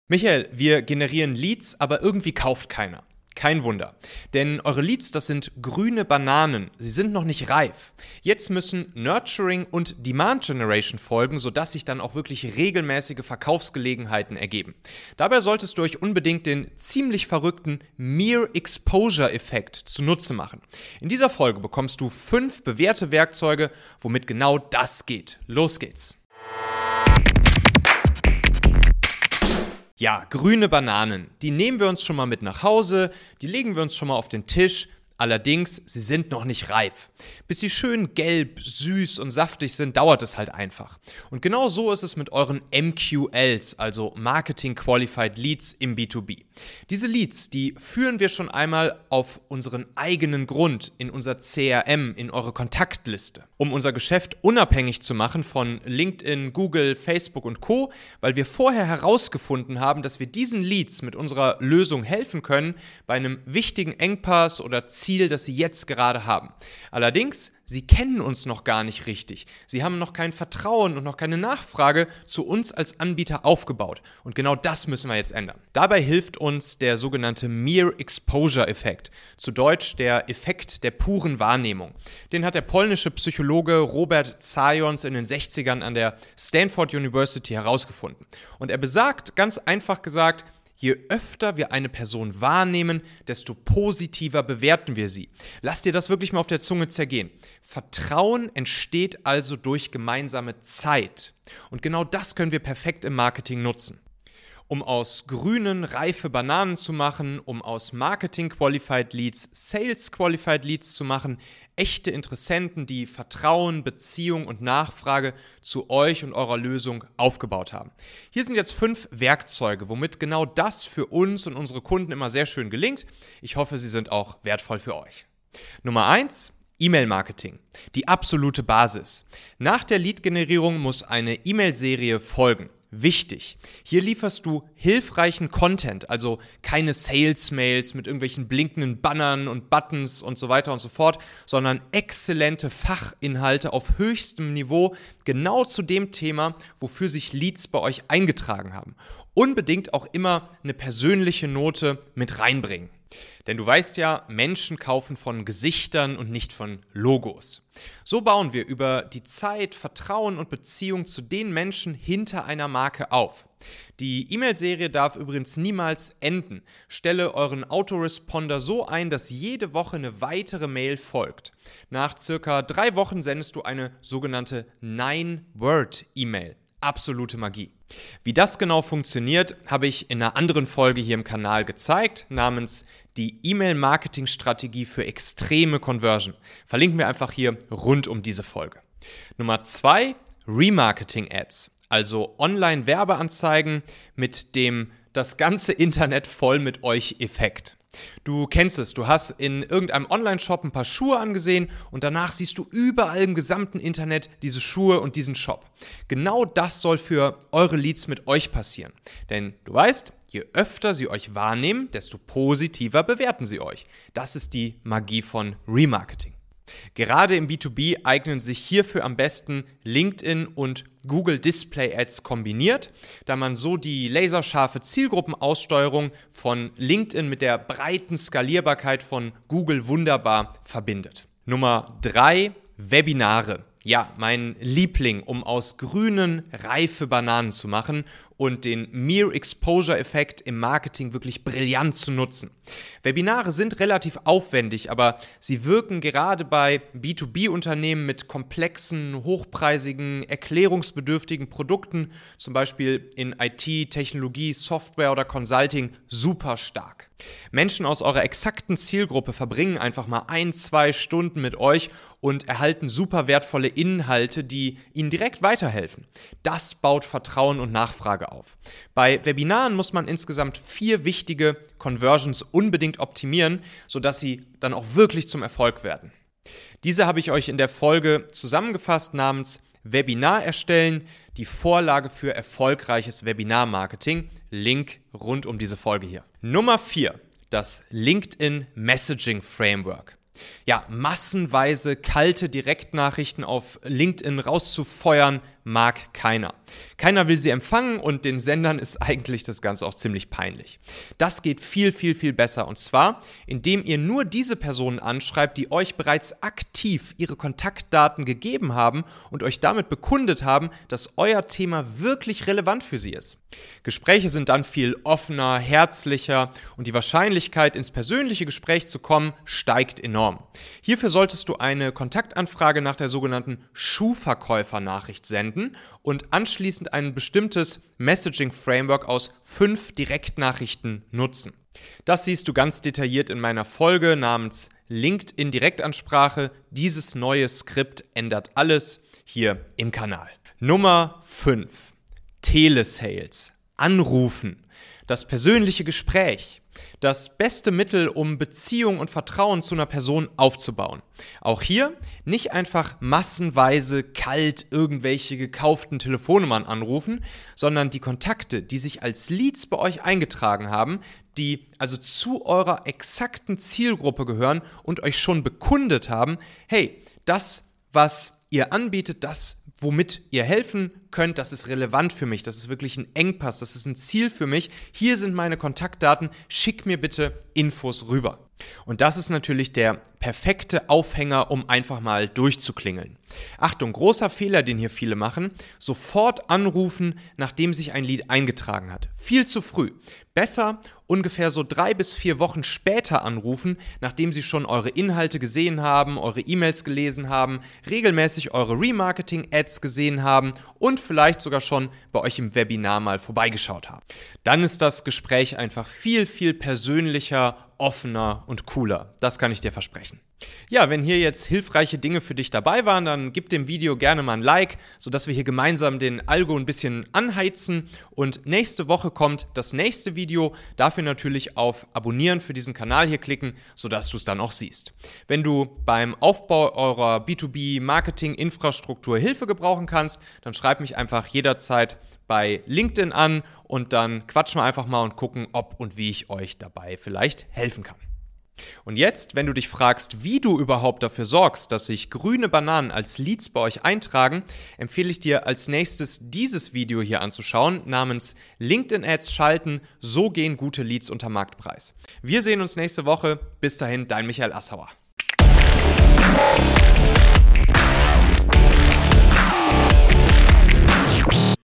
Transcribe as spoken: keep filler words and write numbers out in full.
Michael, wir generieren Leads, aber irgendwie kauft keiner. Kein Wunder, denn eure Leads, das sind grüne Bananen, sie sind noch nicht reif. Jetzt müssen Nurturing und Demand Generation folgen, sodass sich dann auch wirklich regelmäßige Verkaufsgelegenheiten ergeben. Dabei solltest du euch unbedingt den ziemlich verrückten Mere Exposure Effekt zunutze machen. In dieser Folge bekommst du fünf bewährte Werkzeuge, womit genau das geht. Los geht's! Ja, grüne Bananen, die nehmen wir uns schon mal mit nach Hause, die legen wir uns schon mal auf den Tisch, allerdings, sie sind noch nicht reif. Bis sie schön gelb, süß und saftig sind, dauert es halt einfach. Und genau so ist es mit euren M Q Ls, also Marketing Qualified Leads im B zwei B. Diese Leads, die führen wir schon einmal auf unseren eigenen Grund, in unser C R M, in eure Kontaktliste, um unser Geschäft unabhängig zu machen von LinkedIn, Google, Facebook und Co., weil wir vorher herausgefunden haben, dass wir diesen Leads mit unserer Lösung helfen können bei einem wichtigen Engpass oder Ziel, das sie jetzt gerade haben. Allerdings, sie kennen uns noch gar nicht richtig. Sie haben noch kein Vertrauen und noch keine Nachfrage zu uns als Anbieter aufgebaut. Und genau das müssen wir jetzt ändern. Dabei hilft uns der sogenannte Mere Exposure Effekt. Zu Deutsch der Effekt der puren Wahrnehmung. Den hat der polnische Psychologe Robert Zajons in den sechzigern an der Stanford University herausgefunden. Und er besagt, ganz einfach gesagt, je öfter wir eine Person wahrnehmen, desto positiver bewerten wir sie. Lass dir das wirklich mal auf der Zunge zergehen. Vertrauen entsteht also durch gemeinsame Zeit. Und genau das können wir perfekt im Marketing nutzen. Um aus grünen, reife Bananen zu machen, um aus Marketing Qualified Leads Sales Qualified Leads zu machen, echte Interessenten, die Vertrauen, Beziehung und Nachfrage zu euch und eurer Lösung aufgebaut haben. Hier sind jetzt fünf Werkzeuge, womit genau das für uns und unsere Kunden immer sehr schön gelingt. Ich hoffe, sie sind auch wertvoll für euch. Nummer eins. E-Mail-Marketing, die absolute Basis. Nach der Lead-Generierung muss eine E-Mail-Serie folgen. Wichtig, hier lieferst du hilfreichen Content, also keine Sales-Mails mit irgendwelchen blinkenden Bannern und Buttons und so weiter und so fort, sondern exzellente Fachinhalte auf höchstem Niveau, genau zu dem Thema, wofür sich Leads bei euch eingetragen haben. Unbedingt auch immer eine persönliche Note mit reinbringen. Denn du weißt ja, Menschen kaufen von Gesichtern und nicht von Logos. So bauen wir über die Zeit Vertrauen und Beziehung zu den Menschen hinter einer Marke auf. Die E-Mail-Serie darf übrigens niemals enden. Stelle euren Autoresponder so ein, dass jede Woche eine weitere Mail folgt. Nach circa drei Wochen sendest du eine sogenannte Nine-Word-E-Mail. Absolute Magie. Wie das genau funktioniert, habe ich in einer anderen Folge hier im Kanal gezeigt, namens die E-Mail-Marketing-Strategie für extreme Conversion. Verlinken wir einfach hier rund um diese Folge. Nummer zwei, Remarketing-Ads, also Online-Werbeanzeigen mit dem das ganze Internet voll mit euch Effekt. Du kennst es, du hast in irgendeinem Online-Shop ein paar Schuhe angesehen und danach siehst du überall im gesamten Internet diese Schuhe und diesen Shop. Genau das soll für eure Leads mit euch passieren. Denn du weißt, je öfter sie euch wahrnehmen, desto positiver bewerten sie euch. Das ist die Magie von Remarketing. Gerade im B zwei B eignen sich hierfür am besten LinkedIn und Google Display Ads kombiniert, da man so die laserscharfe Zielgruppenaussteuerung von LinkedIn mit der breiten Skalierbarkeit von Google wunderbar verbindet. Nummer drei, Webinare. Ja, mein Liebling, um aus grünen, reife Bananen zu machen und den Mere Exposure Effekt im Marketing wirklich brillant zu nutzen. Webinare sind relativ aufwendig, aber sie wirken gerade bei B zwei B-Unternehmen mit komplexen, hochpreisigen, erklärungsbedürftigen Produkten, zum Beispiel in I T, Technologie, Software oder Consulting, super stark. Menschen aus eurer exakten Zielgruppe verbringen einfach mal ein, zwei Stunden mit euch und erhalten super wertvolle Inhalte, die ihnen direkt weiterhelfen. Das baut Vertrauen und Nachfrage auf. Bei Webinaren muss man insgesamt vier wichtige Conversions unbedingt optimieren, sodass sie dann auch wirklich zum Erfolg werden. Diese habe ich euch in der Folge zusammengefasst namens Webinar erstellen, die Vorlage für erfolgreiches Webinar-Marketing. Link rund um diese Folge hier. Nummer vier, das LinkedIn Messaging Framework. Ja, massenweise kalte Direktnachrichten auf LinkedIn rauszufeuern, mag keiner. Keiner will sie empfangen und den Sendern ist eigentlich das Ganze auch ziemlich peinlich. Das geht viel, viel, viel besser und zwar, indem ihr nur diese Personen anschreibt, die euch bereits aktiv ihre Kontaktdaten gegeben haben und euch damit bekundet haben, dass euer Thema wirklich relevant für sie ist. Gespräche sind dann viel offener, herzlicher und die Wahrscheinlichkeit, ins persönliche Gespräch zu kommen, steigt enorm. Hierfür solltest du eine Kontaktanfrage nach der sogenannten Schuhverkäufer-Nachricht senden und anschließend ein bestimmtes Messaging-Framework aus fünf Direktnachrichten nutzen. Das siehst du ganz detailliert in meiner Folge namens LinkedIn Direktansprache. Dieses neue Skript ändert alles hier im Kanal. Nummer fünf. Telesales. Anrufen. Das persönliche Gespräch. Das beste Mittel, um Beziehung und Vertrauen zu einer Person aufzubauen. Auch hier nicht einfach massenweise kalt irgendwelche gekauften Telefonnummern anrufen, sondern die Kontakte, die sich als Leads bei euch eingetragen haben, die also zu eurer exakten Zielgruppe gehören und euch schon bekundet haben, hey, das, was ihr anbietet, das, womit ihr helfen könnt, das ist relevant für mich, das ist wirklich ein Engpass, das ist ein Ziel für mich. Hier sind meine Kontaktdaten, schick mir bitte Infos rüber. Und das ist natürlich der perfekte Aufhänger, um einfach mal durchzuklingeln. Achtung, großer Fehler, den hier viele machen, sofort anrufen, nachdem sich ein Lead eingetragen hat. Viel zu früh. Besser ungefähr so drei bis vier Wochen später anrufen, nachdem sie schon eure Inhalte gesehen haben, eure E-Mails gelesen haben, regelmäßig eure Remarketing-Ads gesehen haben und vielleicht sogar schon bei euch im Webinar mal vorbeigeschaut haben. Dann ist das Gespräch einfach viel, viel persönlicher, offener und cooler. Das kann ich dir versprechen. Ja, wenn hier jetzt hilfreiche Dinge für dich dabei waren, dann gib dem Video gerne mal ein Like, sodass wir hier gemeinsam den Algo ein bisschen anheizen. Und nächste Woche kommt das nächste Video. Dafür natürlich auf Abonnieren für diesen Kanal hier klicken, sodass du es dann auch siehst. Wenn du beim Aufbau eurer B zwei B-Marketing-Infrastruktur Hilfe gebrauchen kannst, dann schreib mich einfach jederzeit bei LinkedIn an und dann quatschen wir einfach mal und gucken, ob und wie ich euch dabei vielleicht helfen kann. Und jetzt, wenn du dich fragst, wie du überhaupt dafür sorgst, dass sich grüne Bananen als Leads bei euch eintragen, empfehle ich dir als nächstes dieses Video hier anzuschauen, namens LinkedIn-Ads schalten, so gehen gute Leads unter Marktpreis. Wir sehen uns nächste Woche. Bis dahin, dein Michael Assauer.